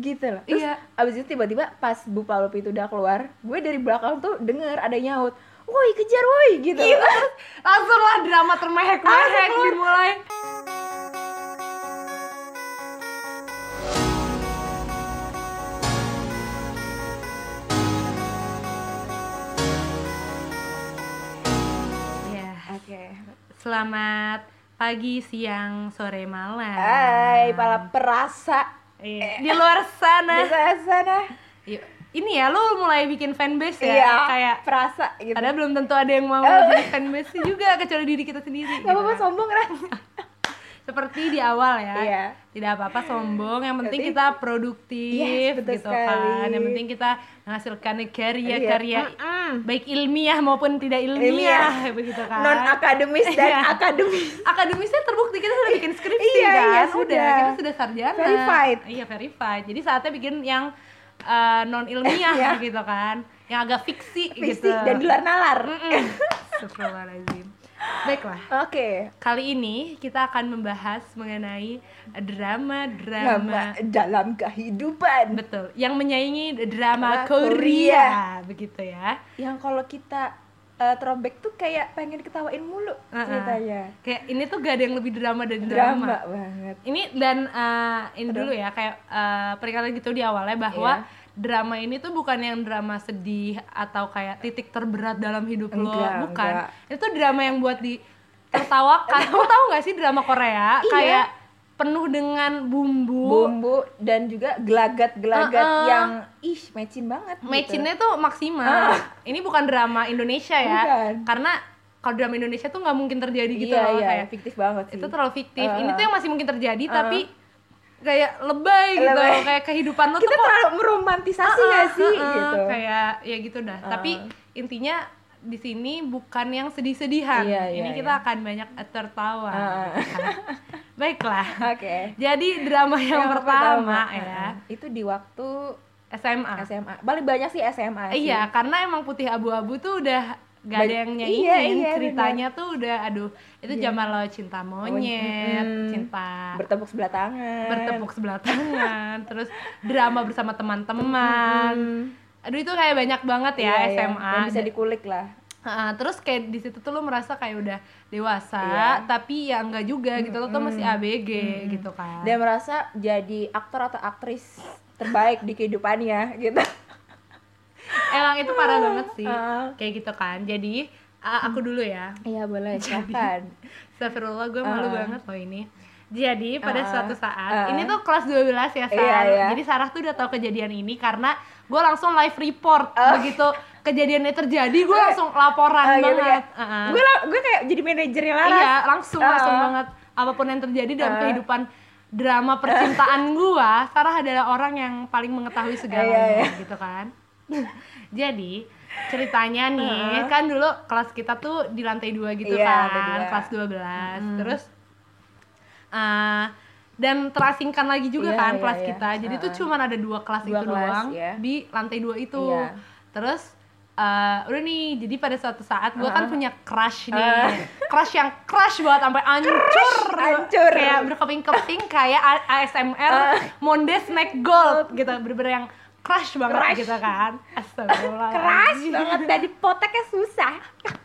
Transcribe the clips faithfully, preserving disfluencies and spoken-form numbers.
gitu loh. Terus Iya. abis itu tiba-tiba pas Bu Palupi itu udah keluar, gue dari belakang tuh denger ada nyaut, woi kejar woi gitu. Iya, langsung lah drama termehek-mehek Langsung dimulai. Ya, Oke. selamat pagi, siang, sore, malam. Hai para perasa Iya. Di luar sana. di sana sana. Yuk, ini ya, lu mulai bikin fanbase ya, Iya, kayak perasa gitu. padahal belum tentu ada yang mau Oh. jadi fanbase juga kecuali diri kita sendiri. Gak apa-apa gitu. sombong kan? Seperti di awal ya, Iya. tidak apa-apa sombong, yang penting Berarti- kita produktif, Yes, betul gitu sekali. kan. Yang penting kita menghasilkan karya-karya Iya. Mm-mm. baik ilmiah maupun tidak ilmiah, begitu kan. Non akademis dan Iya. akademis. Akademisnya terbukti, kita sudah bikin skripsi Iya, kan, iya, udah, sudah. kita sudah sarjana. Verified. Iya, verified. Jadi saatnya bikin yang non ilmiah Iya. gitu kan, yang agak fiksi, Fiksi gitu. dan di luar nalar. Mm-mm. Astagfirullahaladzim. Baiklah. Oke. Kali ini kita akan membahas mengenai Drama drama-drama, dalam kehidupan. betul, yang menyaingi drama Drama Korea, Korea. begitu ya. Yang kalau kita uh, throwback tuh kayak pengen ketawain mulu Uh-uh. ceritanya. Kayak ini tuh gak ada yang lebih drama dari drama. Drama banget. Ini dan uh, ini Aduh. dulu ya, kayak uh, peringatan gitu di awalnya bahwa Iya. drama ini tuh bukan yang drama sedih atau kayak titik terberat dalam hidup lo, Enggak, bukan. enggak. Itu drama yang buat ditertawakan. Lo tahu nggak sih drama Korea Iya. kayak penuh dengan bumbu, Bumbu dan juga gelagat-gelagat Uh-uh. yang ih matching banget gitu. matching-nya tuh maksimal. Ini bukan drama Indonesia ya, Bukan. karena kalau drama Indonesia tuh nggak mungkin terjadi gitu Iya, loh, iya, kayak fiktif banget sih. itu terlalu fiktif. Uh-uh. Ini tuh yang masih mungkin terjadi, Uh-uh. tapi kayak lebay gitu, Lebay. kayak kehidupan lo Kita tuh kok terlalu meromantisasi Uh-uh, nggak sih uh-uh, gitu. kayak ya gitu dah. Uh. Tapi intinya di sini bukan yang sedih-sedihan. Iya, Ini iya, kita iya. akan banyak tertawa. Uh. Baiklah. Oke. Jadi drama yang, pertama, ya uh-uh. itu di waktu S M A. S M A. Paling banyak sih S M A sih. Iya, karena emang Putih Abu-Abu tuh udah gak ada Banyak- yang iya, nyaingin. iya, Ceritanya tuh udah aduh, itu Iya. zaman lo cinta monyet, Mm-mm. cinta bertepuk sebelah tangan. bertepuk sebelah tangan, terus drama bersama teman-teman. Mm. Aduh, itu kayak banyak banget ya Iya, S M A. iya. Dan bisa dikulik lah. Uh, terus kayak di situ tuh lo merasa kayak udah dewasa, Iya. tapi ya enggak juga gitu, lo tuh Mm-mm. masih A B G Mm-mm. gitu kan. Dan merasa jadi aktor atau aktris terbaik di kehidupannya gitu. Emang itu parah banget sih, Uh. kayak gitu kan. Jadi uh, aku dulu ya. Iya boleh, silakan. Astagfirullah, gue malu Uh. banget loh ini. Jadi pada Uh. suatu Uh. saat, ini tuh kelas dua belas ya Sarah. Iya, iya. Jadi Sarah tuh udah tahu kejadian ini karena gue langsung live report. Uh. Begitu kejadiannya terjadi, gue langsung laporan Uh, gitu banget. ya. Uh-uh. Gue la- gue kayak jadi manajernya Laras. Iya, langsung Uh. langsung banget. Apapun yang terjadi dalam Uh. kehidupan drama percintaan gua, Sarah adalah orang yang paling mengetahui segalanya, Iya, iya. gitu kan. Jadi ceritanya nih, Uh. kan dulu kelas kita tuh di lantai dua gitu Iya, kan, lantai dua. kelas dua belas. Mm. Terus uh, dan terasingkan lagi juga Iya, kan iya, kelas iya. kita. Jadi tuh Uh-uh. cuman ada dua kelas Dua itu kelas, doang iya. di lantai dua itu. Iya. Terus uh, udah nih, jadi pada suatu saat gue kan Uh-uh. punya crush nih, Uh. crush yang crush banget sampai hancur, hancur. kayak berkeping-keping kayak A- ASMR Uh. Mondes Snack Gold gitu, bener-bener yang crush banget Crush. gitu kan. Astagfirullah. Keras banget dan dipoteknya susah.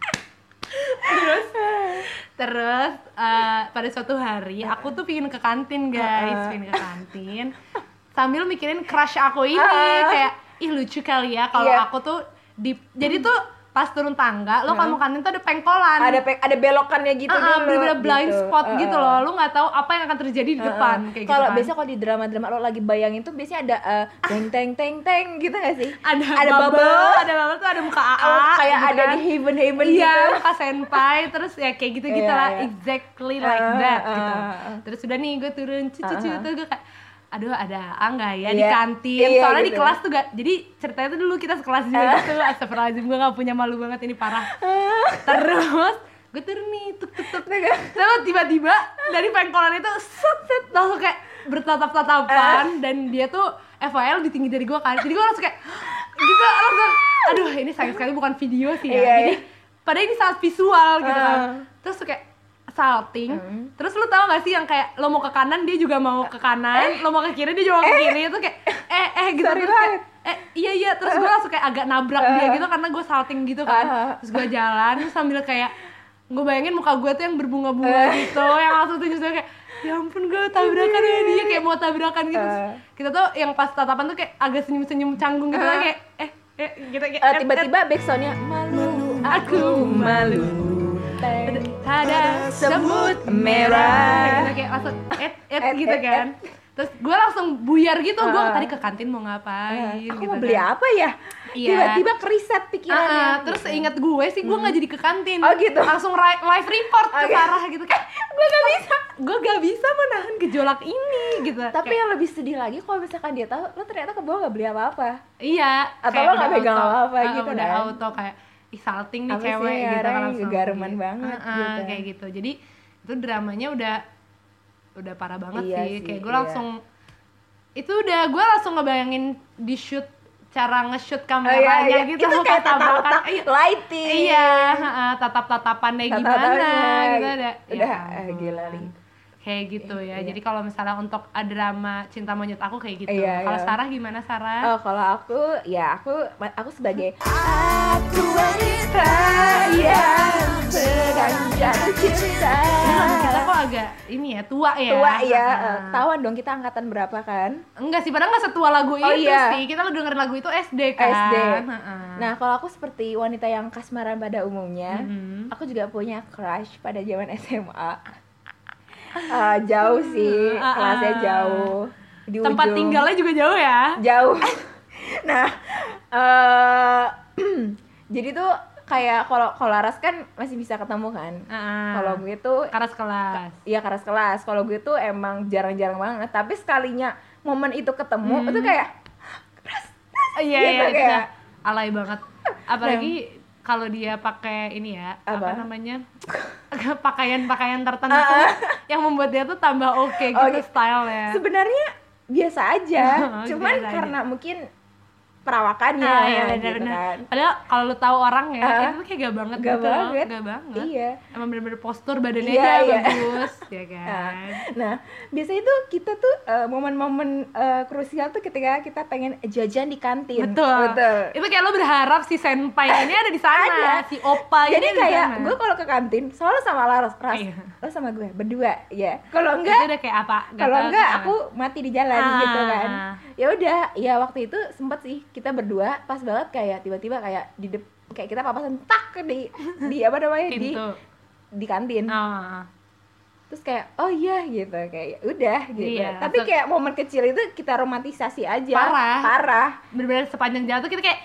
Terus terus uh, pada suatu hari aku tuh pingin ke kantin guys, Uh-uh. pingin ke kantin sambil mikirin crush aku ini, Uh-uh. kayak ih lucu kali ya kalau Iya. aku tuh di jadi tuh pas turun tangga lo Uh-uh. kalau mau kantin tuh ada pengkolan, Ada pe- ada belokannya gitu uh-uh, dulu. bener-bener blind gitu. spot Uh-uh. gitu loh, lu nggak tahu apa yang akan terjadi di Uh-uh. depan kayak gitu Kalau kan. biasanya kalau di drama-drama lo lagi bayangin tuh biasanya ada uh, teng teng teng teng gitu gak sih? ada, ada bubble, bubble. ada bubble tuh ada muka A A Oh, kayak gitu ada kan. di heaven heaven Iya, gitu. muka senpai, terus ya kayak gitu-gitu Iya, lah, iya. exactly like Uh, that uh, gitu. uh, uh. Terus udah nih gue turun cucu-cucu Uh, uh. tuh gue kayak aduh ada A nggak ya di Iya. kantin, Iya, soalnya di gitu. kelas tuh gak, jadi ceritanya tuh dulu kita sekelas juga gitu. Astagfirullahaladzim, gue gak punya malu banget, ini parah. Terus gue turun nih tuk tuk tuk, terus tiba-tiba dari pengkolan itu set set langsung kayak bertatap-tatapan, dan dia tuh F Y L lebih tinggi dari gue kan, jadi gue langsung kayak gitu, langsung aduh ini sayang sekali bukan video sih ya, Iya, jadi iya. padahal ini sangat visual gitu kan. Uh. Terus tuh kayak salting, Mm. terus lu tau gak sih yang kayak lo mau ke kanan dia juga mau ke kanan, Eh. lo mau ke kiri dia juga mau ke kiri, itu kayak eh eh gitu Sorry terus kayak, banget. eh iya iya terus gue langsung kayak agak nabrak dia gitu karena gue salting gitu kan, Uh. terus gue jalan terus sambil kayak gue bayangin muka gue tuh yang berbunga-bunga Uh. gitu, yang langsung tuh justru kayak ya ampun gue tabrakan ya dia kayak mau tabrakan gitu. Uh. Kita tuh yang pas tatapan tuh kayak agak senyum-senyum canggung gitu Uh. lah kayak eh eh gitu kayak Uh, eh, tiba-tiba backsoundnya malu aku malu Teng. ada semut merah. gitu kayak langsung et et Et, gitu et, kan. Terus gue langsung buyar gitu, gue Uh. tadi ke kantin mau ngapain aku gitu mau beli kan. apa ya? Iya. Tiba-tiba keriset pikirannya. Ah, ah. Terus gitu. inget gue sih gue nggak jadi ke kantin. Oh, gitu. Langsung ri- live report ke Oke. Sarah gitu kayak gue gak bisa. gue gak bisa menahan gejolak ini gitu. Tapi Kayak, yang lebih sedih lagi kalau misalkan dia tahu lo ternyata ke bawah gak beli apa-apa. iya. Atau kayak lo nggak udah pegang auto, apa-apa ah, gitu udah kan. auto kayak ih salting nih Apa sih, cewek gitu orang kan yang langsung. gegaraman gitu. banget Ah, ah, gitu. kayak gitu. Jadi itu dramanya udah udah parah banget Iya sih. sih, Kayak gue iya. langsung itu udah gue langsung ngebayangin di shoot cara nge-shoot Oh, kameranya iya, iya. gitu Itu kayak tabrakan. tatap-tatap Iya. lighting. Iya, heeh, tatap-tatapannya gimana Tatap-tatapnya. gitu ada. Udah, Ya eh, ampun. gila, Li. Kayak gitu ya. Iya. Jadi kalau misalnya untuk ah, drama Cinta Monyet aku kayak gitu. Iya, Kalau iya. Sarah gimana Sarah? Oh, kalau aku ya aku aku sebagai aku wanita yang sedang jatuh cinta. Emang kita kok agak ini ya tua ya. Tua ya, Nah. eh, ketahuan dong kita angkatan berapa kan? Enggak sih, padahal nggak setua lagu Oh, itu iya. sih. Kita dengerin lagu itu S D kan. S D. Heeh. Nah, kalau aku seperti wanita yang kasmaran pada umumnya, Mhm. aku juga punya crush pada zaman S M A. Eh, jauh sih, Ah, ah. kelasnya jauh. Di Tempat ujung. tinggalnya juga jauh ya. Jauh. Nah, eh jadi tuh kayak kalau kalau Laras kan masih bisa ketemu kan. Heeh. Kalau gue tuh kelas kelas. iya kelas kelas. Kalau gue tuh emang jarang-jarang banget. Tapi sekalinya momen itu ketemu Hmm. itu kayak Iya gitu, iya itu kayak- udah alay banget. Apalagi kalau dia pakai ini ya, apa, Apa? namanya? pakaian-pakaian tertentu Ah. yang membuat dia tuh tambah oke gitu Oke. style-nya. sebenarnya biasa aja. Cuman Biasa aja. karena mungkin perawakannya Ah, iya gitu benar-benar. kan. Padahal kalau lu tahu orang ya, Ah. itu tuh kayak gak banget Gak gitu loh. banget. Gak banget. Iya. Emang bener-bener postur badannya Iya, aja iya. bagus, ya kan. Nah, biasanya tuh kita tuh eh, momen-momen eh, krusial tuh ketika kita pengen jajan di kantin. Betul. Betul. Itu kayak lo berharap si senpai ini ada di sana, Ada. si opa ini Jadi ada di kayak sana. gue kalau ke kantin selalu sama Laras, Ras, Iya. lo sama gue berdua, ya. Kalau itu enggak, udah kayak apa? Gak kalau tahu enggak sih, aku mati di jalan Ah. gitu kan. Ya udah, ya waktu itu sempet sih kita berdua pas banget kayak tiba-tiba kayak di dep kayak kita papasan tak di di apa namanya di pintu. di kantin. Oh. Terus kayak oh iya gitu kayak udah gitu. Iya, Tapi langsung- kayak momen kecil itu kita romantisasi aja. Parah. Parah. Bener-bener sepanjang jalan tuh kita kayak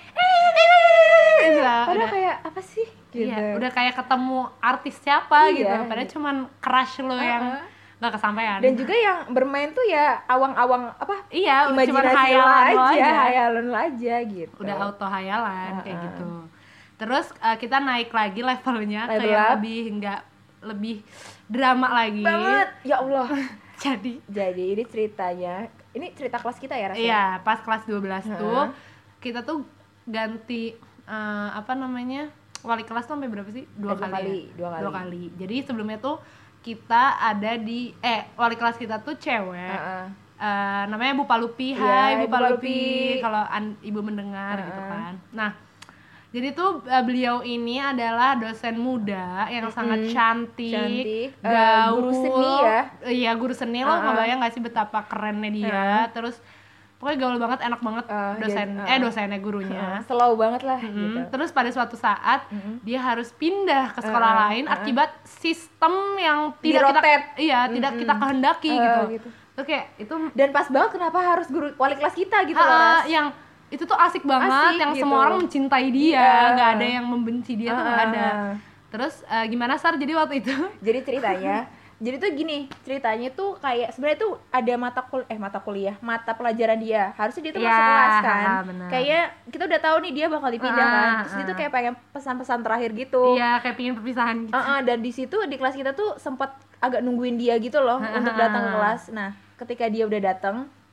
gitu lah, Padahal udah, kayak apa sih gitu. iya, udah kayak ketemu artis siapa Iya, gitu. Padahal gitu. cuman crush lo yang Uh-uh. gak kesampaian. Dan juga yang bermain tuh ya awang-awang apa? iya, cuman Imajinasi lo hayalan lo aja, aja. hayalan lo aja gitu. Udah auto hayalan kayak Uh-uh. gitu. Terus uh, kita naik lagi levelnya ke Level yang up. lebih enggak lebih drama lagi. banget. Ya Allah. Jadi Jadi ini ceritanya, ini cerita kelas kita ya rasanya. iya, pas kelas dua belas Heeh. tuh kita tuh ganti uh, apa namanya? Wali kelas tuh sampai berapa sih? Dua Dua kali. kali, ya? dua kali. Jadi sebelumnya tuh kita ada di eh wali kelas kita tuh cewek. Heeh. Eh, namanya Bu Palupi. Iya, Hai Bu Ibu Palupi. Palupi. Kalau an- ibu mendengar gitu Heeh. kan. Nah, jadi tuh eh, beliau ini adalah dosen muda yang sangat cantik, Cantik. Eh, gaul, guru seni ya. Iya, guru seni. Lo Heeh. ngebayang gak sih betapa kerennya dia? Heeh. Terus pokoknya gaul banget, enak banget Eh, dosen jadi, eh eh. dosennya gurunya. Slow banget lah Mm-mm. gitu. Terus pada suatu saat Mm-mm. dia harus pindah ke sekolah Uh-uh, lain uh-uh. akibat sistem yang tidak kita Di-rotate. iya tidak Mm-mm. kita kehendaki Uh, gitu. gitu. Terus kayak itu Dan pas banget kenapa harus guru wali kelas kita gitu loh, ah, Ras. yang itu tuh asik banget, Asik yang gitu. semua orang mencintai dia, Iya. nggak ada yang membenci dia tuh nggak Ah, ada. ah. Terus eh, gimana Sar? Jadi waktu itu Jadi ceritanya, jadi tuh gini, ceritanya tuh kayak sebenarnya tuh ada mata kul eh mata kuliah, mata pelajaran dia. Harusnya dia tuh Ya, masuk kelas kan. benar. Kayak kita udah tahu nih dia bakal dipindah Ah, kan. Terus dia ah. tuh kayak pengen pesan-pesan terakhir gitu. iya kayak pingin perpisahan gitu. Uh-uh, dan di situ di kelas kita tuh sempat agak nungguin dia gitu loh untuk datang ke kelas. Nah, ketika dia udah datang,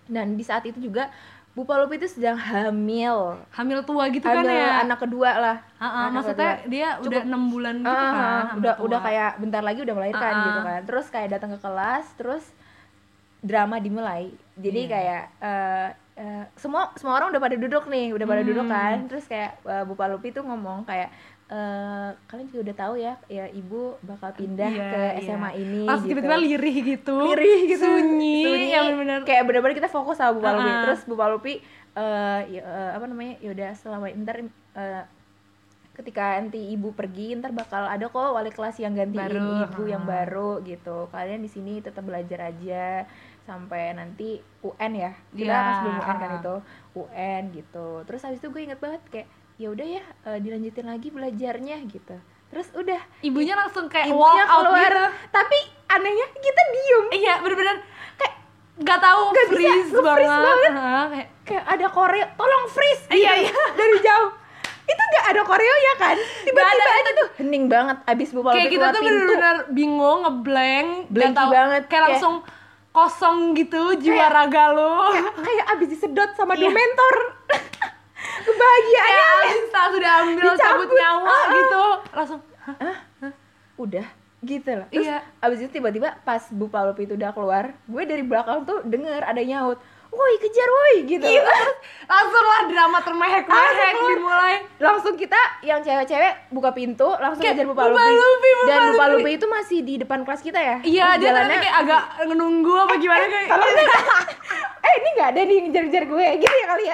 Dan di saat itu juga Bu Palupi itu sedang hamil. Hamil tua gitu hamil kan ya. anak kedua lah. Uh-uh, anak maksudnya kedua. dia Cukup, udah enam bulan gitu uh, kan. Udah tua. udah kayak bentar lagi udah melahirkan uh-uh. gitu kan. Terus kayak datang ke kelas, terus drama dimulai. Jadi yeah. kayak uh, uh, semua semua orang udah pada duduk nih, udah pada hmm. duduk kan. Terus kayak uh, Bu Palupi tuh ngomong kayak Uh, kalian juga udah tahu ya, ya ibu bakal pindah yeah, ke S M A yeah. ini. Pas gitu. tiba-tiba lirih gitu, lirih gitu, sunyi, sunyi yang bener-bener kayak bener-bener kita fokus sama Bu Palupi. uh-uh. Terus Bu Palupi, uh, ya, uh, apa namanya, yaudah selama ntar uh, ketika nanti ibu pergi, ntar bakal ada kok wali kelas yang gantiin baru. ibu uh. yang baru gitu. Kalian di sini tetap belajar aja sampai nanti U N ya, kita yeah. kan sebelum U N kan itu U N gitu. Terus habis itu gue inget banget kayak ya udah ya uh, dilanjutin lagi belajarnya gitu. Terus udah ibunya langsung kayak ibunya walk out keluar gitu. Tapi anehnya kita diem. Iya bener-bener kayak nggak tahu gak freeze bisa, banget, banget. Uh, kayak, kayak ada koreo, tolong freeze gitu. Iya iya dari jauh. Itu nggak ada koreo ya kan? Tiba-tiba aja tuh hening banget abis Bu Palupi kayak kita keluar tuh pintu. bener-bener bingung, ngeblank, blanky banget, kayak, kayak langsung kosong gitu jiwa kayak, raga lo. Kayak, kayak abis disedot sama iya. Dementor. Kebahagiaannya abis langsung diambil cabut nyawa uh, gitu langsung hah? Hah? Udah gitu loh. Terus iya. abis itu tiba-tiba pas Bu Palupi itu udah keluar, gue dari belakang tuh denger ada nyaut, woi kejar woi gitu. Iya. Langsung lah drama termehek-mehek dimulai. Langsung kita yang cewek-cewek buka pintu langsung kejar Bu Palupi. Bu Palupi, Bu Dan Bu Palupi. Palupi itu masih di depan kelas kita ya. Iya, dia jalannya kayak agak nunggu apa gimana kayak. Eh ini nggak ada nih ngejar-ngejar gue gitu ya kali ya.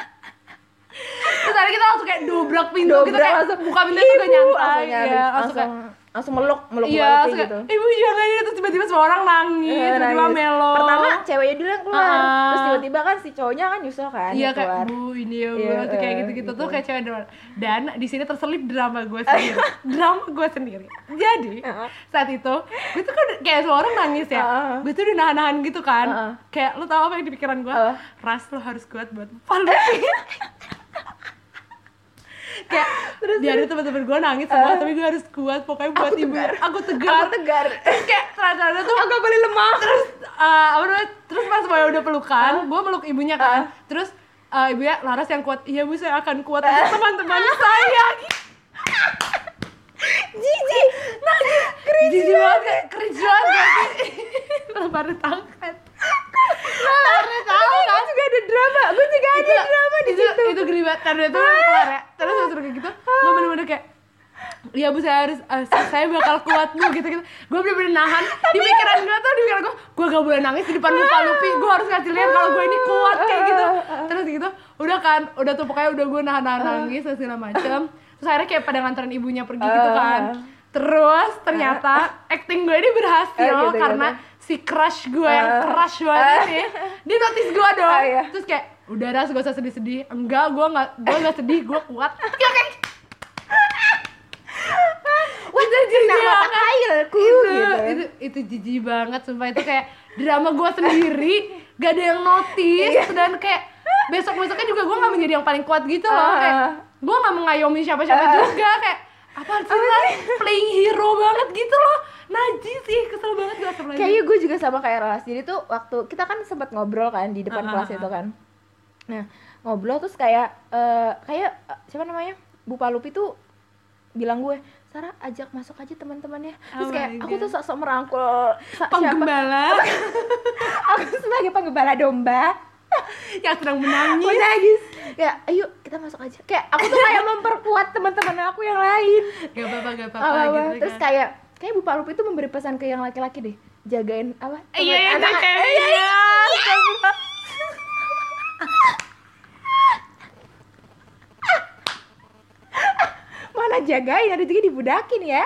Terus tadi kita langsung kayak dobrak pintu dobrak, gitu kayak langsung, buka pintu juga nyantai langsung, ya, langsung, langsung, langsung meluk meluk iya, Bu Palupi gitu. Ibu jangan ini, terus tiba-tiba semua orang nangis, eh, tiba-tiba melo. Pertama ceweknya dulu yang keluar, uh-uh. terus tiba-tiba kan si cowoknya kan nyusul kan iya, keluar. kayak bu ini ya bu, yeah, tuh kayak gitu-gitu gitu. tuh kayak cewek doang. Dan di sini terselip drama gue sendiri, drama gue sendiri. Jadi uh-huh. saat itu gue tuh kan kayak semua orang nangis ya, uh-huh. gue tuh udah nahan-nahan gitu kan, uh-huh. kayak lu tau apa yang di pikiran gue? Uh-huh. Ras lo harus kuat buat Palupi. Kayak terus biar itu teman-teman gue nangis semua, uh, tapi gue harus kuat pokoknya buat aku ibu tegar. aku tegar aku tegar terus kayak ternyata tuh aku boleh lemah terus uh, apa namanya terus pas semuanya udah pelukan uh, gue meluk ibunya kan uh, terus uh, ibunya Laras yang kuat, iya bu saya akan kuat untuk uh, teman-teman uh, saya jijik najis jijik banget cringe banget baru tahu kan baru tahu kan juga ada drama gue juga ada itu, drama di itu, situ itu geli banget karena itu kelar ya terus terus kayak gitu gue bener-bener kayak iya bu saya harus uh, saya bakal kuat bu gitu gitu gue bener-bener nahan di pikiran gue tuh di pikiran gue gue gak boleh nangis di depan Bu Palupi, gue harus ngasih lihat kalau gue ini kuat kayak gitu terus gitu udah kan udah tuh pokoknya udah gue nahan-nahan nangis dan segala macem terus akhirnya kayak pada nganterin ibunya pergi gitu kan terus ternyata acting gue ini berhasil uh, gitu, karena gitu. Si crush gue yang uh, crush banget uh, nih dia notice gue dong uh, iya. Terus kayak udah Ras gak usah sedih-sedih enggak gue gak gue gak sedih gue kuat kayak wah itu jijik banget kailku itu, gitu itu itu jijik banget sumpah itu kayak drama gue sendiri gak ada yang notice dan kayak besok-besoknya juga gue gak menjadi yang paling kuat gitu loh uh, kayak gue gak mengayomi siapa-siapa uh, juga kayak apa sih lah playing hero banget gitu loh najis sih kesel banget gue sama kayaknya gue juga sama kayak Ras jadi tuh waktu kita kan sempat ngobrol kan di depan uh, kelas uh, itu kan nah ngobrol terus kayak uh, kayak uh, siapa namanya Bu Palupi tuh bilang gue Sarah ajak masuk aja teman-temannya terus oh kayak aku tuh sok-sok merangkul sa- penggembala aku sebagai penggembala domba yang sedang menangis menangis ya ayo kita masuk aja kayak aku tuh kayak memperkuat teman-teman aku yang lain gak apa-apa gak apa-apa oh, gitu terus kan. kayak kayak Bu Palupi itu memberi pesan ke yang laki-laki deh jagain apa iya iya anak kayak iya, iya. mana jagain ada juga dibudakin ya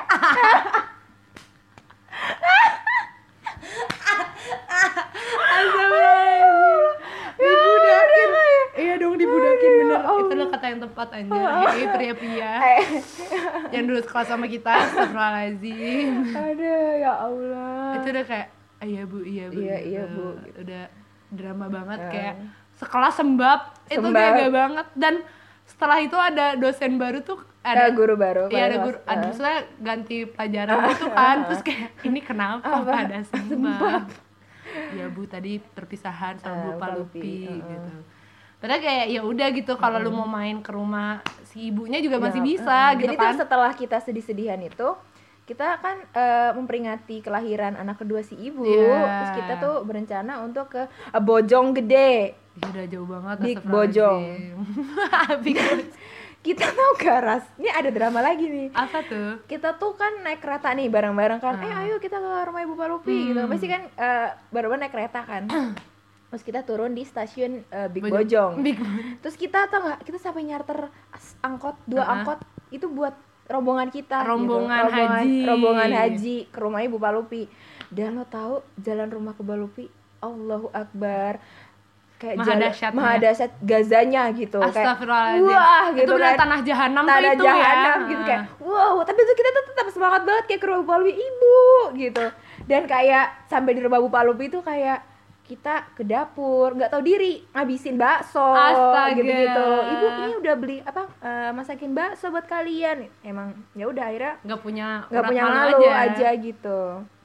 dibudakin iya dong dibudakin bener itu adalah kata yang tepat aja hei pria-pria yang dulu sekolah sama kita astagfirullahaladzim aduh ya Allah itu udah kayak iya bu iya bu iya iya bu udah drama banget kayak sekelas sembab itu gaya banget dan setelah itu ada dosen baru tuh ada uh, guru baru iya ada guru ada uh. maksudnya ganti pelajaran uh, gitu kan uh, uh. Terus kayak ini kenapa uh, pada sembab ya Bu tadi perpisahan sama Uh, Bu Pak Palupi Lupi, uh-uh. gitu. Padahal kayak ya udah gitu kalau Mm-mm. lu mau main ke rumah si ibunya juga Ya, masih bisa uh-uh. gitu Jadi kan. tuh setelah kita sedih-sedihan itu, kita kan uh, memperingati kelahiran anak kedua si ibu. Iya. Terus kita tuh berencana untuk ke uh, Bojonggede. Ya udah jauh banget. Big Astagfirullahaladzim. Big Bojong. Kita tuh garas. Ini ada drama lagi nih. Apa tuh? Kita tuh kan naik kereta nih bareng-bareng kan. Ah. Eh ayo kita ke rumah Ibu Palupi Hmm. gitu. Pasti kan uh, bareng-bareng naik kereta kan. Terus kita turun di stasiun uh, Big Bojong. Bojong. Big Bojong. Terus kita tau nggak, kita sampai nyarter as- angkot, dua Uh-huh. angkot itu buat rombongan kita Rombongan gitu. haji. Rombongan haji ke rumah Ibu Palupi. Dan lo tahu jalan rumah ke Palupi, Allahu Akbar, kayak Maha jalan dahsyatnya. maha dahsyat gazanya gitu. Kayak Astagfirullahaladzim. wah gitu Itu benar kan. tanah jahanam tuh Tanah itu jahanam ya. gitu kayak wow, tapi tuh kita tuh tetap semangat banget kayak ke rumah Bu Palupi ibu gitu. Dan kayak sampai di rumah Bu Palupi itu kayak kita ke dapur, nggak tahu diri ngabisin bakso Astaga. gitu-gitu. Ibu ini udah beli apa eh, masakin bakso buat kalian. Emang ya udah akhirnya Nggak punya nggak urat punya malu malu aja, gitu.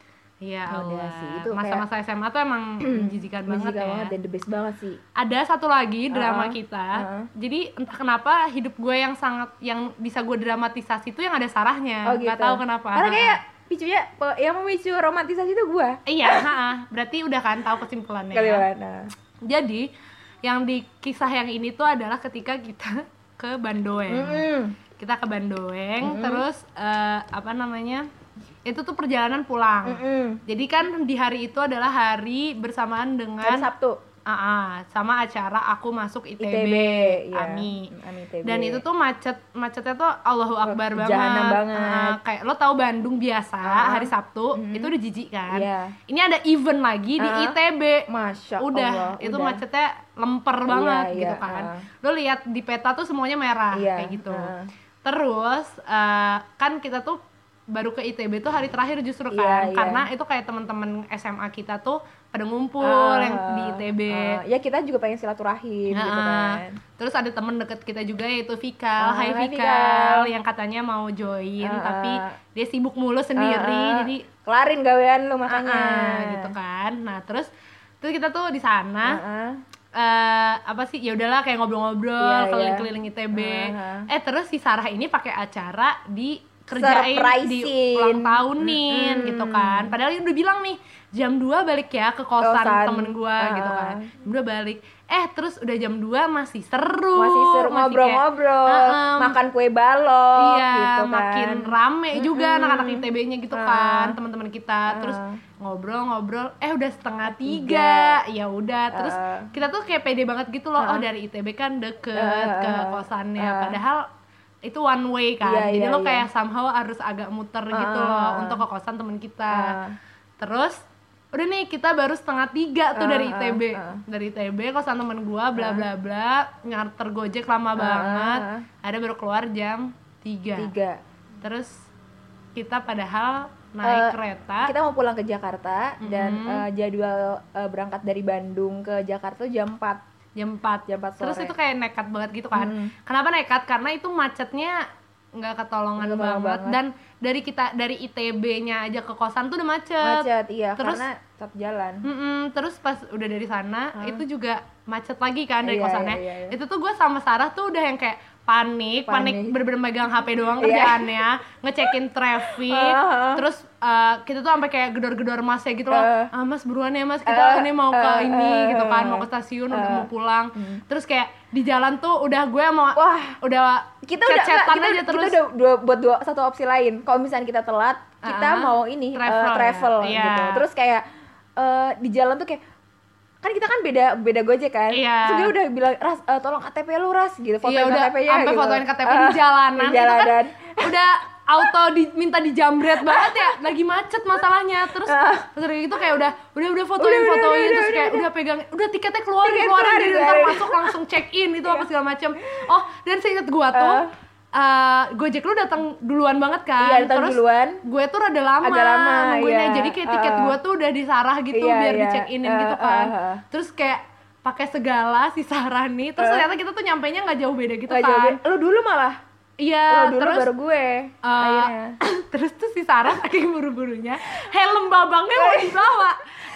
Iya Udah Allah. sih, itu Masa-masa S M A tuh emang menjijikan banget Menjijikan ya. banget dan the best banget sih. Ada satu lagi drama Uh-uh. kita. Uh-uh. Jadi entah kenapa hidup gue yang sangat yang bisa gue dramatisasi itu yang ada Sarahnya. Oh gitu. Nggak tahu kenapa. Karena kayak picunya pe- yang memicu romantisasi itu gua. Iya, ha-ha. Berarti udah kan tahu kesimpulannya. Kali ya. mana? Jadi yang di kisah yang ini tuh adalah ketika kita ke Bandoeng. Mm-mm. Kita ke Bandoeng, Mm-mm. terus eh, apa namanya? Itu tuh perjalanan pulang. Mm-mm. Jadi kan di hari itu adalah hari bersamaan dengan Hari Sabtu. Ah, ah, sama acara aku masuk I T B, I T B, iya. AMI. AMI I T B. Dan itu tuh macet, macetnya tuh Allahu Akbar banget. Jahanam banget. Ah, kayak lo tahu Bandung biasa Ah. hari Sabtu Mhm. itu udah jijik kan. Iya. Ini ada event lagi di Ah. I T B. Masya Udah, Allah, itu udah. macetnya lemper Iya, banget iya, gitu kan. ah. Lo lihat di peta tuh semuanya merah Iya, kayak gitu. ah. Terus eh, kan kita tuh baru ke I T B tuh hari terakhir justru Iya, kan, iya. karena itu kayak teman-teman S M A kita tuh pada ngumpul Ah, yang di I T B. ah. Ya kita juga pengen silaturahim gitu Nah, kan. terus ada temen deket kita juga yaitu Vikal. Ah, Hai hai, Vikal, Vikal. yang katanya mau join Ah, tapi ah. dia sibuk mulu sendiri, Ah, ah. jadi kelarin gawean lu makanya. ah, ah, gitu kan. Nah terus terus kita tuh di sana Ah, ah. eh, apa sih, ya udahlah kayak ngobrol-ngobrol Iya, keliling-keliling I T B. Ah, Eh terus si Sarah ini pakai acara di kerjain di Surprisein. ulang tahunin Mm-mm. gitu kan. Padahal udah bilang nih jam dua balik ya ke kosan, Kosan. temen gua Ah. gitu kan. Jam dua balik. Eh terus udah jam dua masih seru. Masih seru masih ngobrol-ngobrol, kayak, ah, ah, makan kue balok iya, gitu kan. makin rame juga Mm-mm. anak-anak I T B-nya gitu Ah. kan, teman-teman kita. Ah. Terus ngobrol-ngobrol, eh udah setengah Tiga. tiga, ya udah. Terus Ah. kita tuh kayak pede banget gitu loh, oh Ah. dari I T B kan deket Ah. ke kosannya. Ah. Padahal itu one way kan, Iya, jadi iya, lo iya. kayak somehow harus agak muter gitu Ah. loh untuk ke kosan temen kita. Ah. Terus udah nih kita baru setengah tiga tuh Ah, dari I T B, ah, ah. dari I T B kosan temen gua bla bla bla, nyarter gojek lama Ah, banget, ah. ada baru keluar jam tiga. Tiga. Terus kita padahal naik Eh, kereta. Kita mau pulang ke Jakarta dan Mhm. eh, jadwal eh, berangkat dari Bandung ke Jakarta tuh jam empat. jam empat. Jam empat Terus sore. itu kayak nekat banget gitu kan. Hmm. Kenapa nekat? Karena itu macetnya nggak ketolongan Nggak banget. ketolongan banget. Dan dari kita dari I T B-nya aja ke kosan tuh udah macet. Macet, iya, Terus- karena satu jalan. Mm-mm, terus pas udah dari sana Hah? itu juga macet lagi kan dari Iya, kosannya. iya, iya. Itu tuh gue sama Sarah tuh udah yang kayak panik, panik, Panik. bener-bener megang H P doang Iya. kerjaannya, ngecekin traffic, Ah, ah. terus uh, kita tuh sampai kayak gedor-gedor masnya gitu loh. Ah. Ah mas buruan ya mas, kita Ah, ini mau ke ah, ini ah, gitu kan, ah. mau ke stasiun, udah Ah. mau pulang. Hmm. Terus kayak di jalan tuh udah gue mau Wah, udah kita udah chat-chatan enggak, kita, aja terus. kita udah dua, buat dua satu opsi lain. Kalau misalnya kita telat, kita Ah, mau ini eh, travel travel, ya. gitu. Iya. Terus kayak eh, di jalan tuh kayak kan kita kan beda beda Gojek kan. Iya. Terus dia udah bilang, "Ras, eh, tolong K T P lu, Ras." gitu. Fotoin Iya udah K T P-nya sampai gitu. fotoin K T P di Ah, jalanan. di Itu kan jalanan. udah auto diminta dijambret banget ya, lagi macet masalahnya. Terus Ah. terus kayak gitu kayak udah udah udah fotoin Udah, udah, fotoin udah, terus udah, kayak udah. udah pegang udah tiketnya keluarin Tiket keluarin keluarin, jadi ntar keluarin. masuk langsung check in itu apa segala macam. Oh dan seinget gua tuh Ah. eh, Gojek lu datang duluan banget kan. Iya, datang Terus duluan. gue tuh rada lama, Agak lama, nungguinnya. iya. Jadi kayak tiket Ah. gua tuh udah di Sarah gitu Iya, biar iya. di check inin Ah, gitu ah, kan. ah. Terus kayak pakai segala si Sarah nih. Terus Ah. ternyata kita tuh nyampainya nggak jauh beda gitu Nggak kan. jauh beda. Lu dulu malah. Iya, Lu dulu terus baru gue. eh, akhirnya. terus tuh si Sarah saking buru-burunya helm babangnya mau dibawa.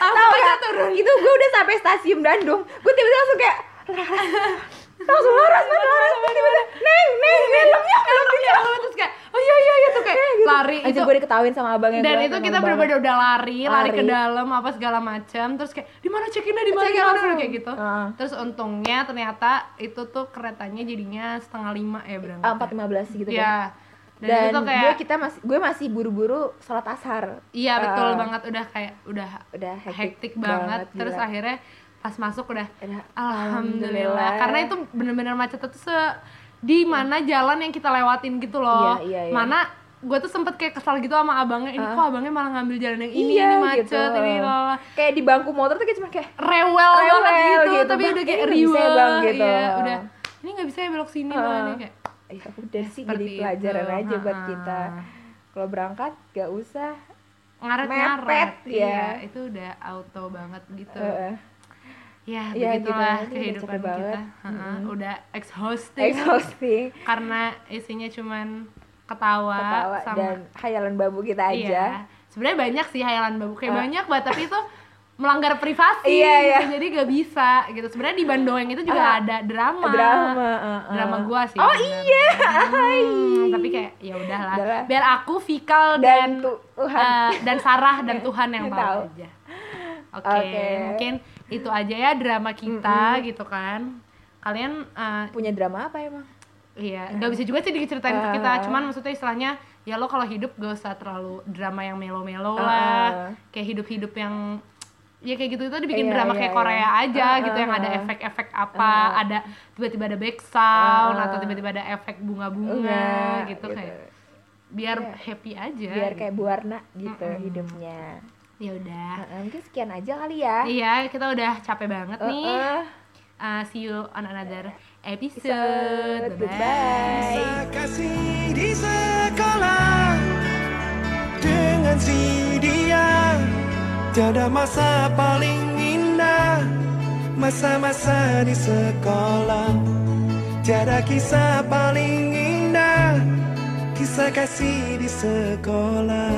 Tahu nggak turun itu gue udah sampai stasiun Bandung, gue tiba-tiba langsung kayak langsung laras banget laras tiba-tiba neng neng helmnya helmnya terus kayak oh iya iya iya tuh kayak gitu. Lari itu gue diketawain sama abangnya dan itu kita bener-bener udah lari, lari lari ke dalam apa segala macam, terus kayak di mana check-innya di mana di mana kayak gitu. Uh. Terus untungnya ternyata itu tuh keretanya jadinya setengah lima ya berangkat. empat lima belas gitu ya. kan. Dan, dan itu kayak gue kita masih gue masih buru-buru sholat asar. Iya betul uh, banget udah kayak udah udah hektik, hektik banget, banget terus gila. Akhirnya pas masuk udah Alhamdulillah. Alhamdulillah karena itu bener-bener macet tuh se di mana jalan yang kita lewatin gitu loh. Iya, iya, iya. Mana gue tuh sempet kayak kesal gitu sama abangnya, ini uh. kok abangnya malah ngambil jalan yang ini, iya, ini macet, gitu. ini lala. Kayak di bangku motor tuh kayak cuma kayak rewel, rewel banget gitu, gitu, tapi bang, udah kayak riweh bang gitu. Iya, udah ini nggak bisa ya belok sini uh. lah nih kayak. Ya udah sih jadi pelajaran itu. aja buat uh-huh. kita. Kalau berangkat gak usah ngaret-ngaret ya. Iya, itu udah auto banget gitu. Uh. Ya, ya begitulah gitu. kehidupan kita. Uh-huh. Mm-hmm. Udah exhausting. Exhausting. Karena isinya cuman ketawa, ketawa sama dan hayalan babu kita aja. Iya. Sebenarnya banyak sih hayalan babu, kayak uh. banyak banget, tapi itu melanggar privasi iya, gitu. Iya. Jadi gak bisa gitu. Sebenarnya di Bandoeng itu juga uh. ada drama. Drama, uh, uh. drama gua sih. Oh bener. Iya. Hmm, tapi kayak ya udahlah. Biar aku Fikal dan dan, Tuhan. Uh, dan Sarah dan Tuhan yang tahu aja. Oke, okay. okay. Mungkin itu aja ya drama kita mm-hmm. gitu kan. Kalian uh, punya drama apa emang? Iya, nggak bisa juga sih diceritain uh, ke kita. Cuman maksudnya istilahnya ya lo kalau hidup gak usah terlalu drama yang melo-melo uh, lah. Kayak hidup-hidup yang ya kayak gitu itu dibikin iya, drama iya, kayak iya. Korea aja uh, gitu uh, yang ada efek-efek apa, uh, ada tiba-tiba ada back sound uh, atau tiba-tiba ada efek bunga-bunga uh, gitu, gitu kayak biar yeah. happy aja. Biar gitu. kayak berwarna gitu mm-hmm. hidupnya. Ya udah. Uh, mungkin sekian aja kali ya. Iya, kita udah capek banget uh, nih. Uh. Uh, see you on another episode. episode. Bye. Kasih di sekolah dengan si dia, tiada masa paling indah, masa-masa di sekolah. Tiada kisah paling indah, kisah kasih di sekolah.